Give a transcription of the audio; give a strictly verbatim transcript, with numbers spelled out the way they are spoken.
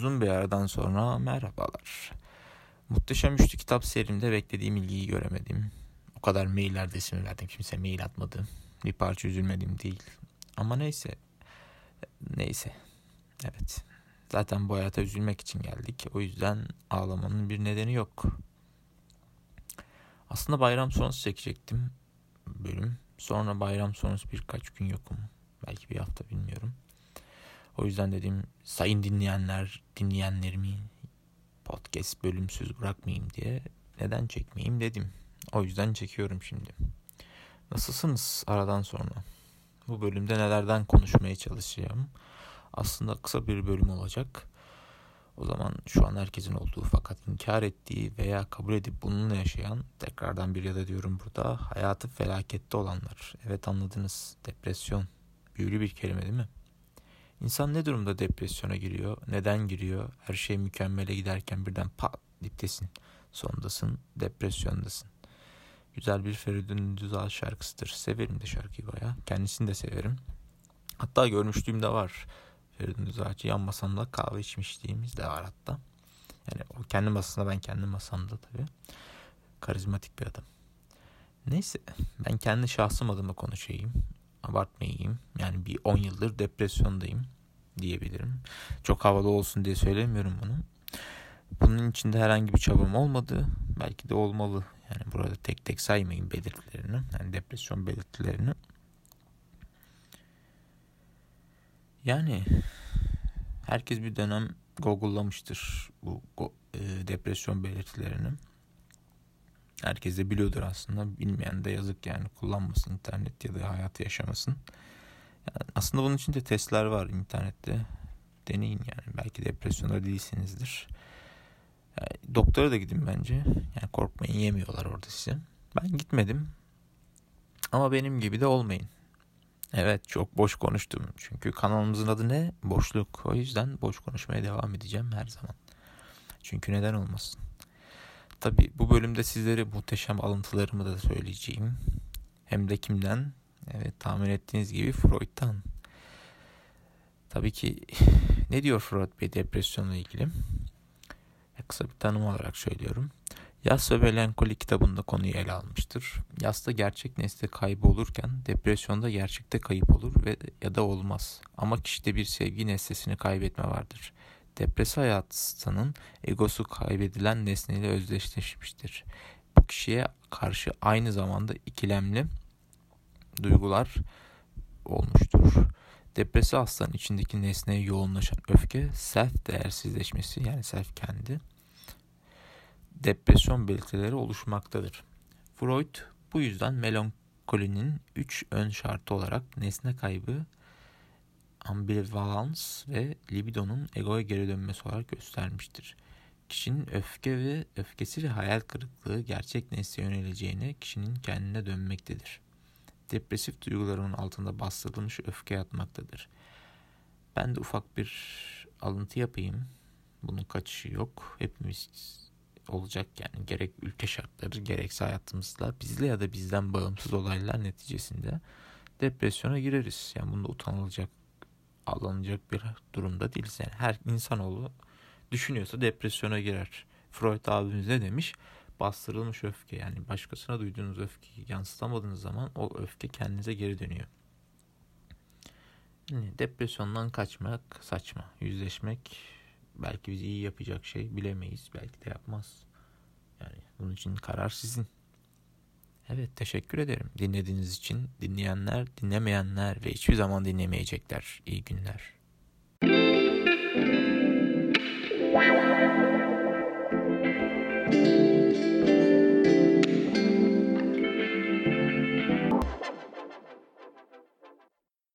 Uzun bir aradan sonra merhabalar. Muhteşem Üçlü kitap serimde beklediğim ilgiyi göremedim. O kadar mail adresimi verdim. Kimse mail atmadı. Bir parça üzülmedim değil. Ama neyse. Neyse. Evet. Zaten bu hayata üzülmek için geldik. O yüzden ağlamanın bir nedeni yok. Aslında bayram sonrası çekecektim bölüm. Sonra bayram sonrası birkaç gün yokum. Belki bir hafta, bilmiyorum. O yüzden dedim, sayın dinleyenler, dinleyenlerimi podcast bölümsüz bırakmayayım diye neden çekmeyeyim dedim. O yüzden çekiyorum şimdi. Nasılsınız aradan sonra? Bu bölümde nelerden konuşmaya çalışacağım? Aslında kısa bir bölüm olacak. O zaman şu an herkesin olduğu fakat inkar ettiği veya kabul edip bununla yaşayan, tekrardan bir ya da diyorum burada, hayatı felakette olanlar. Evet, anladınız, depresyon. Büyülü bir kelime değil mi? İnsan ne durumda depresyona giriyor? Neden giriyor? Her şey mükemmele giderken birden pat diptesin. Sondasın, depresyondasın. Güzel bir Feridun Düzdağ şarkısıdır. Severim de şarkıyı bayağı. Kendisini de severim. Hatta görmüşlüğüm de var. Feridun Düzdağ'cı yan masamda kahve içmişliğimiz de var hatta. Yani o kendi masasında, ben kendi masamda tabii. Karizmatik bir adam. Neyse, ben kendi şahsım adıma konuşayım. Abartmayayım. Yani bir on yıldır depresyondayım diyebilirim. Çok havalı olsun diye söylemiyorum bunu. Bunun içinde herhangi bir çabam olmadı. Belki de olmalı. Yani burada tek tek saymayayım belirtilerini. Yani depresyon belirtilerini. Yani herkes bir dönem Google'lamıştır bu e, depresyon belirtilerini. Herkes de biliyordur aslında. Bilmeyen de yazık, yani kullanmasın internet ya da hayatı yaşamasın. Yani aslında bunun için de testler var internette. Deneyin yani. Belki depresyonda değilsinizdir. Yani doktora da gidin bence. Yani korkmayın, yemiyorlar orada sizi. Ben gitmedim. Ama benim gibi de olmayın. Evet, çok boş konuştum. Çünkü kanalımızın adı ne? Boşluk. O yüzden boş konuşmaya devam edeceğim her zaman. Çünkü neden olmasın? Tabii bu bölümde sizlere muhteşem alıntılarımı da söyleyeceğim. Hem de kimden? Evet, tahmin ettiğiniz gibi Freud'tan. Tabii ki ne diyor Freud Bey depresyonla ilgili? Kısa bir tanım olarak söylüyorum. Yas ve Melankoli kitabında konuyu ele almıştır. Yasta gerçek nesne kaybı olurken depresyonda gerçekte kayıp olur ve ya da olmaz. Ama kişide bir sevgi nesnesini kaybetme vardır. Depresi hastanın egosu kaybedilen nesneyle özdeşleşmiştir. Bu kişiye karşı aynı zamanda ikilemli duygular olmuştur. Depresi hastanın içindeki nesneye yoğunlaşan öfke, self değersizleşmesi, yani self kendi, depresyon belirtileri oluşmaktadır. Freud bu yüzden melankolinin üç ön şartı olarak nesne kaybı, ambivalans ve libidonun egoya geri dönmesi olarak göstermiştir. Kişinin öfke ve öfkesi ve hayal kırıklığı gerçek nesneye yöneleceğine kişinin kendine dönmektedir. Depresif duyguların altında bastırılmış öfke yatmaktadır. Ben de ufak bir alıntı yapayım. Bunun kaçışı yok. Hepimiz olacak yani, gerek ülke şartları gerekse hayatımızda bizle ya da bizden bağımsız olaylar neticesinde depresyona gireriz. Yani bunda utanılacak, ağlanacak bir durumda değiliz. Yani her insanoğlu düşünüyorsa depresyona girer. Freud abimiz ne demiş? Bastırılmış öfke, yani başkasına duyduğunuz öfkeyi yansıtamadığınız zaman o öfke kendinize geri dönüyor. Yani depresyondan kaçmak saçma. Yüzleşmek belki bizi iyi yapacak şey, bilemeyiz. Belki de yapmaz. Yani bunun için karar sizin. Evet, teşekkür ederim dinlediğiniz için. Dinleyenler, dinlemeyenler ve hiçbir zaman dinlemeyecekler. İyi günler.